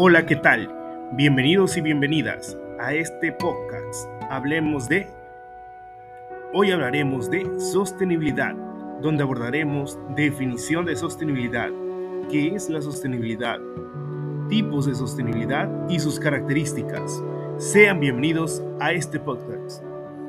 Hola, ¿qué tal? Bienvenidos y bienvenidas a este podcast. Hoy hablaremos de sostenibilidad, donde abordaremos definición de sostenibilidad, qué es la sostenibilidad, tipos de sostenibilidad y sus características. Sean bienvenidos a este podcast.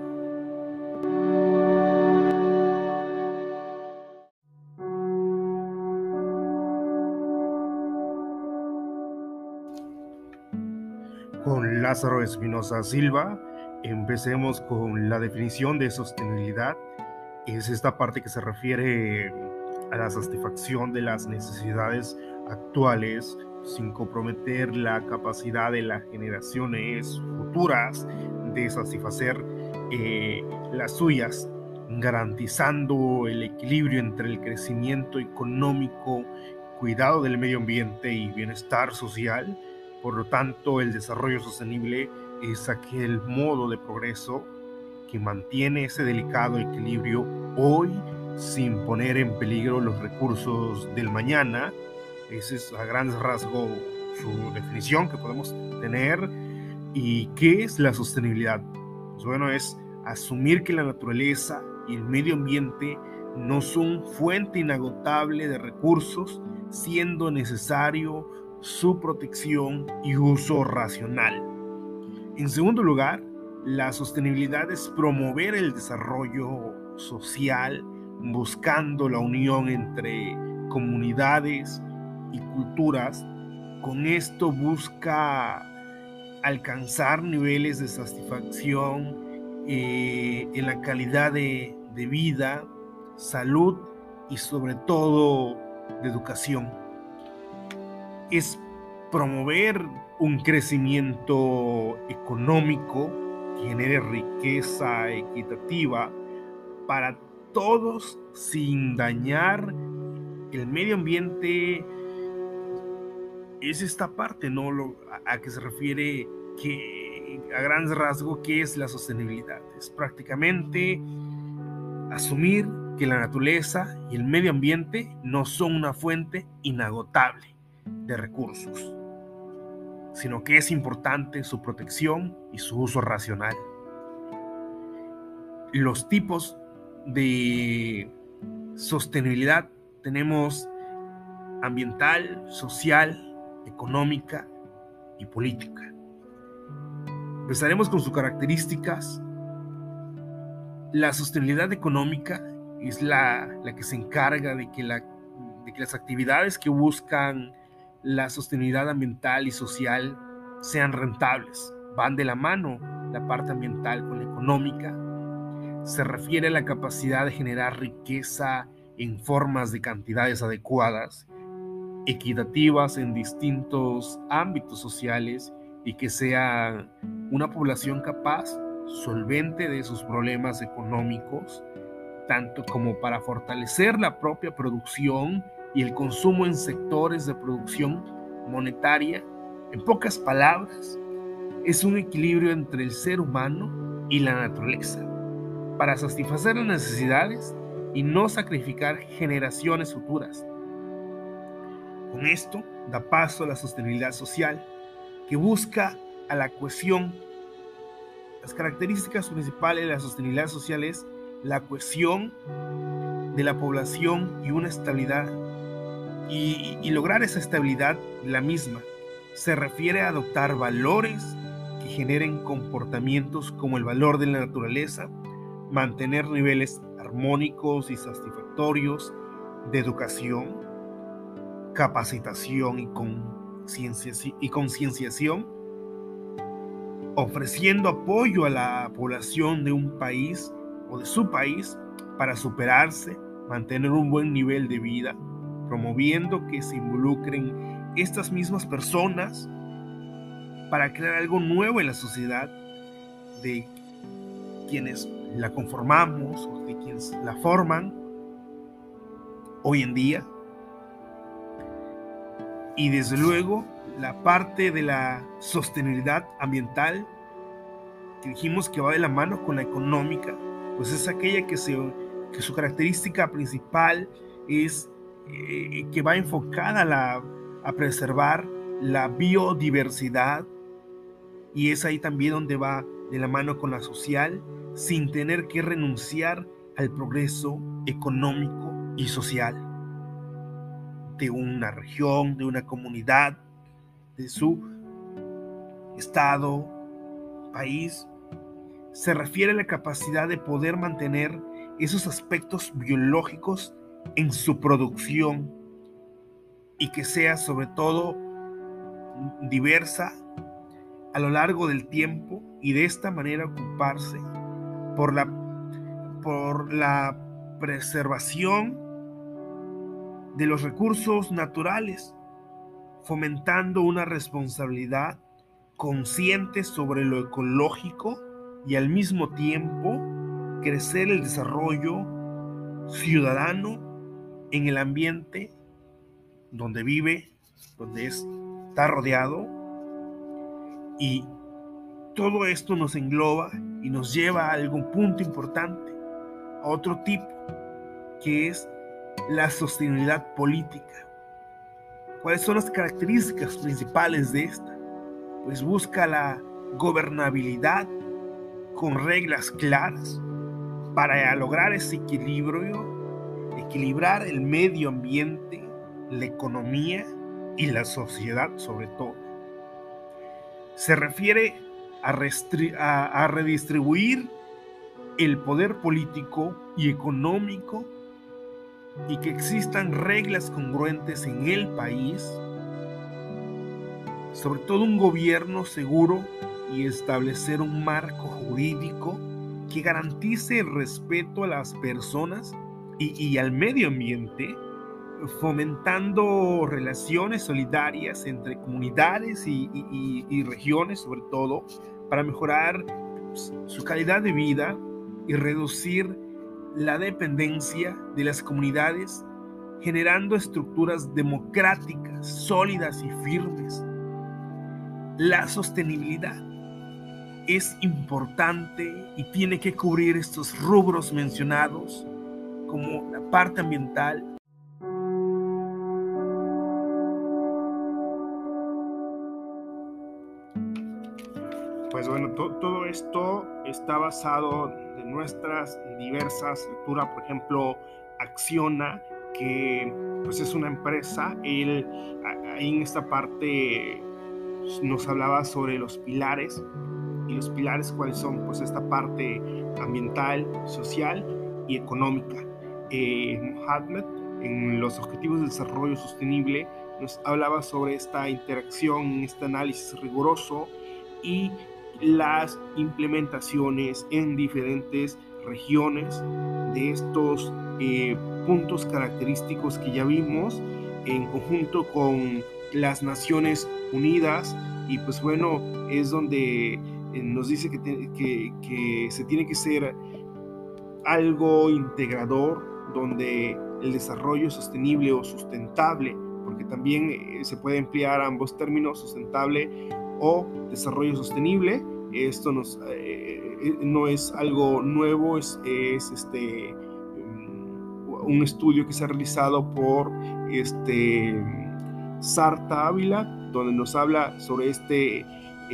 Con Lázaro Espinosa Silva, empecemos con la definición de sostenibilidad. Es esta parte que se refiere a la satisfacción de las necesidades actuales sin comprometer la capacidad de las generaciones futuras de satisfacer las suyas, garantizando el equilibrio entre el crecimiento económico, cuidado del medio ambiente y bienestar social. Por lo tanto, el desarrollo sostenible es aquel modo de progreso que mantiene ese delicado equilibrio hoy sin poner en peligro los recursos del mañana. Esa es a grandes rasgos su definición que podemos tener. ¿Y qué es la sostenibilidad? Pues bueno, es asumir que la naturaleza y el medio ambiente no son fuente inagotable de recursos, siendo necesario su protección y uso racional. En segundo lugar, la sostenibilidad es promover el desarrollo social, buscando la unión entre comunidades y culturas. Con esto busca alcanzar niveles de satisfacción en la calidad de vida, salud y sobre todo de educación. Es promover un crecimiento económico que genere riqueza equitativa para todos sin dañar el medio ambiente. Es esta parte, ¿no? A que se refiere, que a grandes rasgos, ¿qué es la sostenibilidad? Es prácticamente asumir que la naturaleza y el medio ambiente no son una fuente inagotable de recursos, sino que es importante su protección y su uso racional. Los tipos de sostenibilidad tenemos ambiental, social, económica y política. Empezaremos con sus características. La sostenibilidad económica es la que se encarga de que las actividades que buscan la sostenibilidad ambiental y social sean rentables. Van de la mano la parte ambiental con la económica. Se refiere a la capacidad de generar riqueza en formas de cantidades adecuadas, equitativas en distintos ámbitos sociales y que sea una población capaz, solvente de sus problemas económicos, tanto como para fortalecer la propia producción y el consumo en sectores de producción monetaria. En pocas palabras, es un equilibrio entre el ser humano y la naturaleza, para satisfacer las necesidades y no sacrificar generaciones futuras. Con esto da paso a la sostenibilidad social, que busca a la cohesión. Las características principales de la sostenibilidad social es la cohesión de la población y una estabilidad, y lograr esa estabilidad la misma se refiere a adoptar valores que generen comportamientos como el valor de la naturaleza, mantener niveles armónicos y satisfactorios de educación, capacitación y concienciación, ofreciendo apoyo a la población de un país o de su país para superarse, mantener un buen nivel de vida, promoviendo que se involucren estas mismas personas para crear algo nuevo en la sociedad de quienes la conformamos o de quienes la forman hoy en día. Y desde luego la parte de la sostenibilidad ambiental, que dijimos que va de la mano con la económica, pues es aquella que su característica principal es que va enfocada a preservar la biodiversidad, y es ahí también donde va de la mano con la social, sin tener que renunciar al progreso económico y social de una región, de una comunidad, de su estado, país. Se refiere a la capacidad de poder mantener esos aspectos biológicos en su producción y que sea sobre todo diversa a lo largo del tiempo, y de esta manera ocuparse por la preservación de los recursos naturales, fomentando una responsabilidad consciente sobre lo ecológico y al mismo tiempo crecer el desarrollo ciudadano en el ambiente donde vive, donde está rodeado. Y todo esto nos engloba y nos lleva a algún punto importante, a otro tipo, que es la sostenibilidad política. ¿Cuáles son las características principales de esta? Pues busca la gobernabilidad con reglas claras para lograr ese equilibrio, equilibrar el medio ambiente, la economía y la sociedad sobre todo. Se refiere a redistribuir el poder político y económico y que existan reglas congruentes en el país, sobre todo un gobierno seguro, y establecer un marco jurídico que garantice el respeto a las personas y al medio ambiente, fomentando relaciones solidarias entre comunidades y regiones, sobre todo, para mejorar su calidad de vida y reducir la dependencia de las comunidades, generando estructuras democráticas, sólidas y firmes. La sostenibilidad es importante y tiene que cubrir estos rubros mencionados, como la parte ambiental. Pues bueno, todo esto está basado en nuestras diversas lecturas. Por ejemplo, Acciona, que pues es una empresa, ahí en esta parte nos hablaba sobre los pilares. Y los pilares, ¿cuáles son? Pues esta parte ambiental, social y económica. Mohammed, en los Objetivos de Desarrollo Sostenible, nos hablaba sobre esta interacción, este análisis riguroso y las implementaciones en diferentes regiones de estos puntos característicos que ya vimos, en conjunto con las Naciones Unidas. Y pues bueno, es donde nos dice que se tiene que ser algo integrador, donde el desarrollo sostenible o sustentable, porque también se puede emplear ambos términos, sustentable o desarrollo sostenible. Esto no es algo nuevo, es un estudio que se ha realizado por Sarta Ávila, donde nos habla sobre este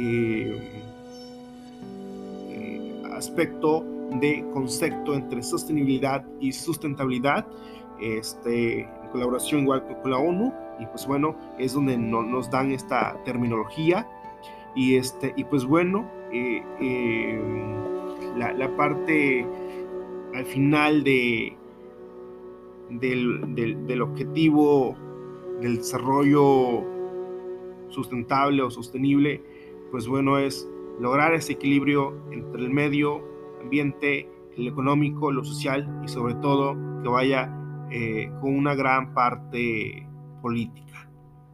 aspecto de concepto entre sostenibilidad y sustentabilidad, en colaboración igual con la ONU. Y pues bueno, es donde nos dan esta terminología. Y pues bueno, la parte al final del objetivo del desarrollo sustentable o sostenible, pues bueno, es lograr ese equilibrio entre el medio ambiente, el económico, lo social, y sobre todo que vaya con una gran parte política.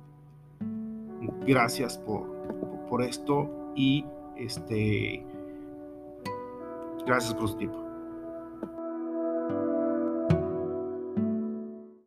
Gracias por esto y gracias por su tiempo.